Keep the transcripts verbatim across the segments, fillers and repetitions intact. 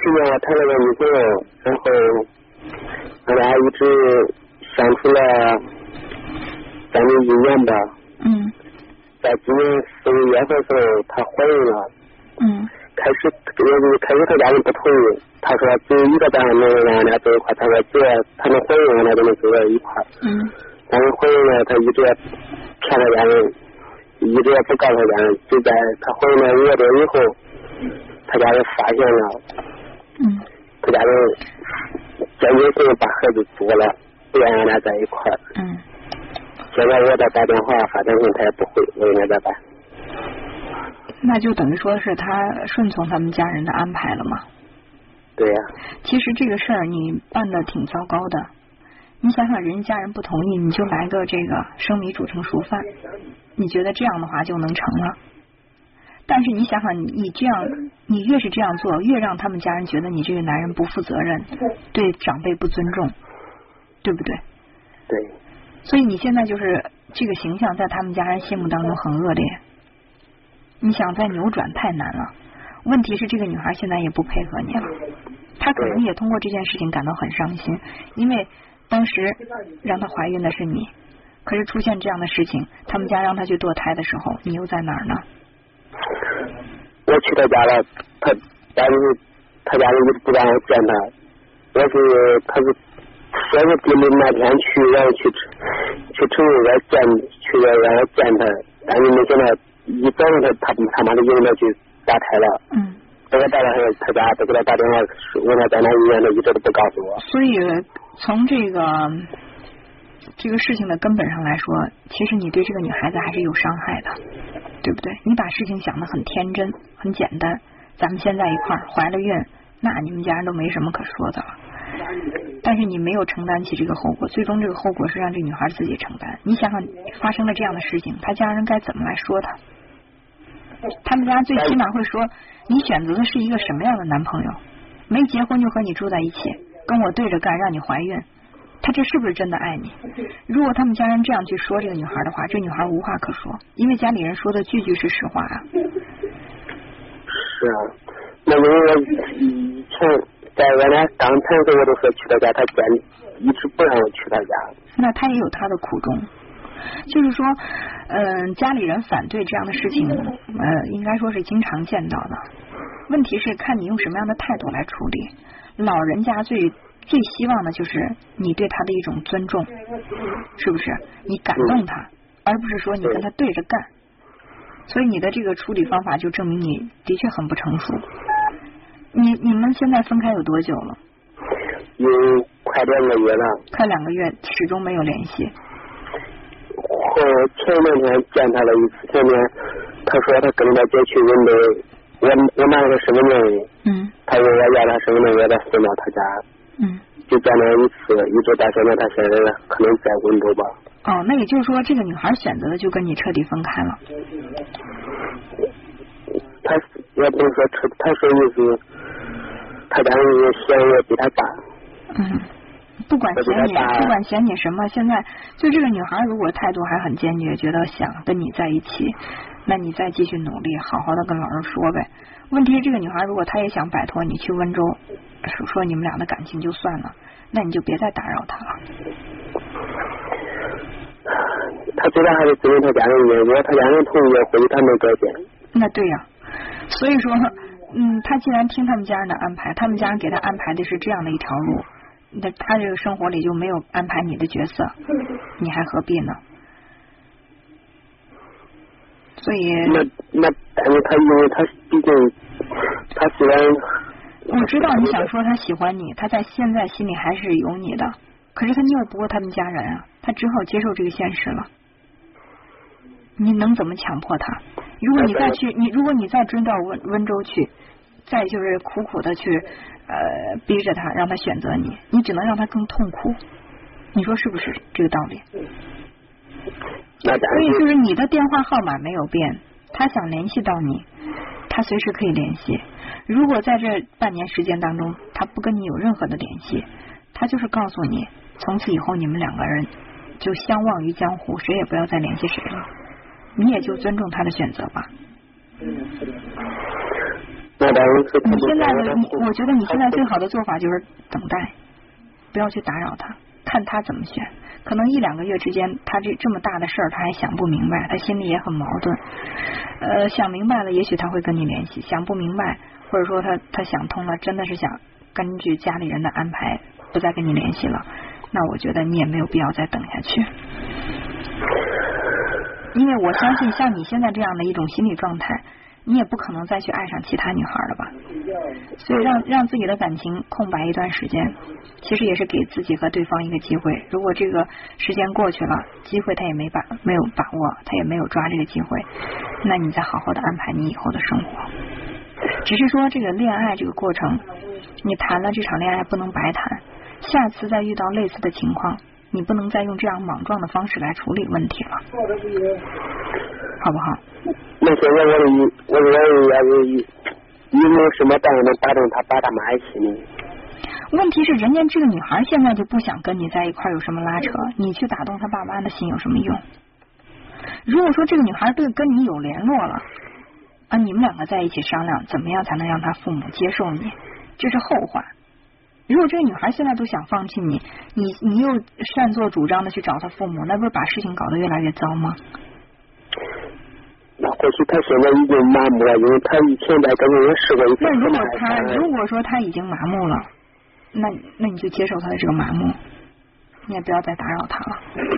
去年我谈了个女朋友，然后我俩一直相处了将近一年吧。 嗯。 在今年四五月份的时候，她怀孕了。 嗯。 开始也开始她家人不同意，她说只有一个单位能让俺俩在一块，她说只要她能怀孕，俺俩就能走在一块。 嗯。 但是怀孕了，她一直也骗她家人，一直也不告诉家人。就在她怀孕了一个多以后，她家人发现了。 嗯。 她家人坚决性把孩子做了，不让俺俩在一块。 嗯。 现在我在打电话发短信，她也不回，我应该咋办？ 那就等于说是他顺从他们家人的安排了嘛？ 对呀、啊。 其实这个事儿你办的挺糟糕的，你想想人家人不同意，你就来个这个生米煮成熟饭，你觉得这样的话就能成了？但是你想想，你这样，你越是这样做，越让他们家人觉得你这个男人不负责任，对长辈不尊重，对不对？ 对。 所以你现在就是这个形象在他们家人心目当中很恶劣。你想再扭转太难了，问题是这个女孩现在也不配合你了，她可能也通过这件事情感到很伤心，因为当时让她怀孕的是你，可是出现这样的事情，他们家让她去堕胎的时候，你又在哪儿呢？ 我去他家了，他但是他家人就不让我见他，我是他是说是定的那天去让我去去城里边见去让我见他，但是没想到一早上他他他妈的引我去打胎了。 嗯。 等我打了他家都给他打电话问他在哪医院，他一直都不告诉我。 所以从这个这个事情的根本上来说，其实你对这个女孩子还是有伤害的，对不对？你把事情想得很天真很简单，咱们先在一块儿怀了孕，那你们家人都没什么可说的了，但是你没有承担起这个后果，最终这个后果是让这女孩自己承担。你想想发生了这样的事情，她家人该怎么来说她？他们家最起码会说你选择的是一个什么样的男朋友，没结婚就和你住在一起，跟我对着干让你怀孕，他这是不是真的爱你？如果他们家人这样去说这个女孩的话，这女孩无话可说，因为家里人说的句句是实话啊。 是啊，那因为我以前在我俩刚谈的时候我都说去他家，他坚一直不让我去他家。 那他也有他的苦衷，就是说嗯、呃，家里人反对这样的事情呃，应该说是经常见到的，问题是看你用什么样的态度来处理。老人家最最希望的就是你对他的一种尊重，是不是？你感动他，而不是说你跟他对着干。所以你的这个处理方法就证明你的确很不成熟。你你们现在分开有多久了？ 有快两个月了。 快两个月，始终没有联系。 我前两天见他了一次，前天他说他跟他姐去温州，我我拿了个身份证。 嗯。 他说我要他身份证，我得送到他家。 嗯。就见了一次，一直到现在，他现在可能在温州吧。 哦，那也就是说，这个女孩选择的就跟你彻底分开了。 他也不是说彻，他说意思，他家人嫌我比他大。 嗯。不管嫌你，不管嫌你什么，现在就这个女孩如果态度还很坚决，觉得想跟你在一起，那你再继续努力，好好的跟老人说呗。问题是这个女孩如果她也想摆脱你去温州，说说你们俩的感情就算了，那你就别再打扰她了。 他最大还是尊重他家人意见，如果他家人同意，或许他能改变。 那对呀、啊，所以说，嗯，他既然听他们家人的安排，他们家人给他安排的是这样的一条路。那他这个生活里就没有安排你的角色，你还何必呢？所以那那但是他因为他毕竟他虽然我知道你想说他喜欢你，他在现在心里还是有你的，可是他拗不过他们家人啊，他只好接受这个现实了。你能怎么强迫他？如果你再去，你如果你再追到温温州去，再就是苦苦的去呃逼着他，让他选择你，你只能让他更痛苦。你说是不是这个道理？所以就是你的电话号码没有变，他想联系到你，他随时可以联系。如果在这半年时间当中，他不跟你有任何的联系，他就是告诉你，从此以后你们两个人就相忘于江湖，谁也不要再联系谁了。你也就尊重他的选择吧。 我那当然是你现在的你，我觉得你现在最好的做法就是等待，不要去打扰他，看他怎么选。可能一两个月之间，他这这么大的事儿他还想不明白，他心里也很矛盾。呃，想明白了，也许他会跟你联系；想不明白，或者说他他想通了，真的是想根据家里人的安排不再跟你联系了，那我觉得你也没有必要再等下去。因为我相信像你现在这样的一种心理状态，你也不可能再去爱上其他女孩了吧，所以让让自己的感情空白一段时间，其实也是给自己和对方一个机会。如果这个时间过去了，机会他也没把没有把握，他也没有抓这个机会，那你再好好的安排你以后的生活。只是说这个恋爱这个过程，你谈了这场恋爱不能白谈，下次再遇到类似的情况，你不能再用这样莽撞的方式来处理问题了，好不好？ 那现在我的我的要是有没有什么办法能打动他，把他们爱情呢？ 问题是人家这个女孩现在就不想跟你在一块有什么拉扯，你去打动她爸妈的心有什么用？如果说这个女孩对跟你有联络了啊，你们两个在一起商量怎么样才能让她父母接受你，这是后话。如果这个女孩现在都想放弃你，你你又擅作主张的去找她父母，那不是把事情搞得越来越糟吗？ 那或许他现在已经麻木了，因为他以前在跟人试过一次。 那如果他如果说他已经麻木了，那那你就接受他的这个麻木，你也不要再打扰他了，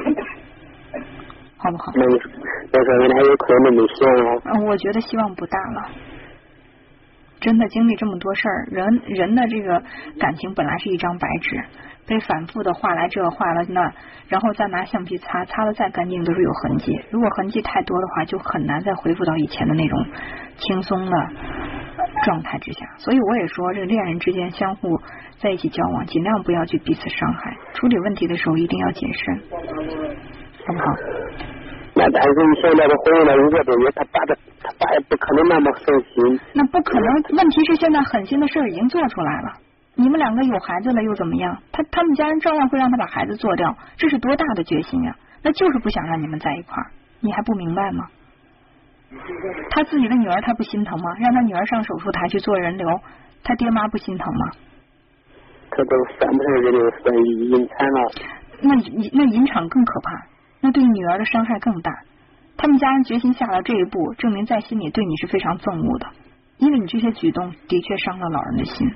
好不好？ 那那说明他有可能没想啊。 嗯，我觉得希望不大了。真的经历这么多事儿，人人的这个感情本来是一张白纸，被反复的画来这画了那，然后再拿橡皮擦，擦的再干净都是有痕迹。如果痕迹太多的话，就很难再恢复到以前的那种轻松的状态之下。所以我也说，这个恋人之间相互在一起交往，尽量不要去彼此伤害，处理问题的时候一定要谨慎，好不好？ 那但是你现在的婚姻了五个多月，他爸的他爸也不可能那么狠心。 那不可能，问题是现在狠心的事儿已经做出来了。你们两个有孩子了又怎么样？他他们家人照样会让他把孩子做掉，这是多大的决心呀！那就是不想让你们在一块儿，你还不明白吗？他自己的女儿他不心疼吗？让他女儿上手术台去做人流，他爹妈不心疼吗？ 他都算不上人流，算引产了。 那那引产更可怕，那对女儿的伤害更大。他们家人决心下到这一步，证明在心里对你是非常憎恶的，因为你这些举动的确伤了老人的心。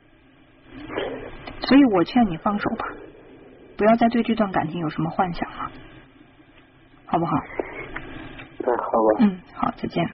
所以我劝你放手吧，不要再对这段感情有什么幻想了，好不好？ 那好吧。 嗯，好，再见。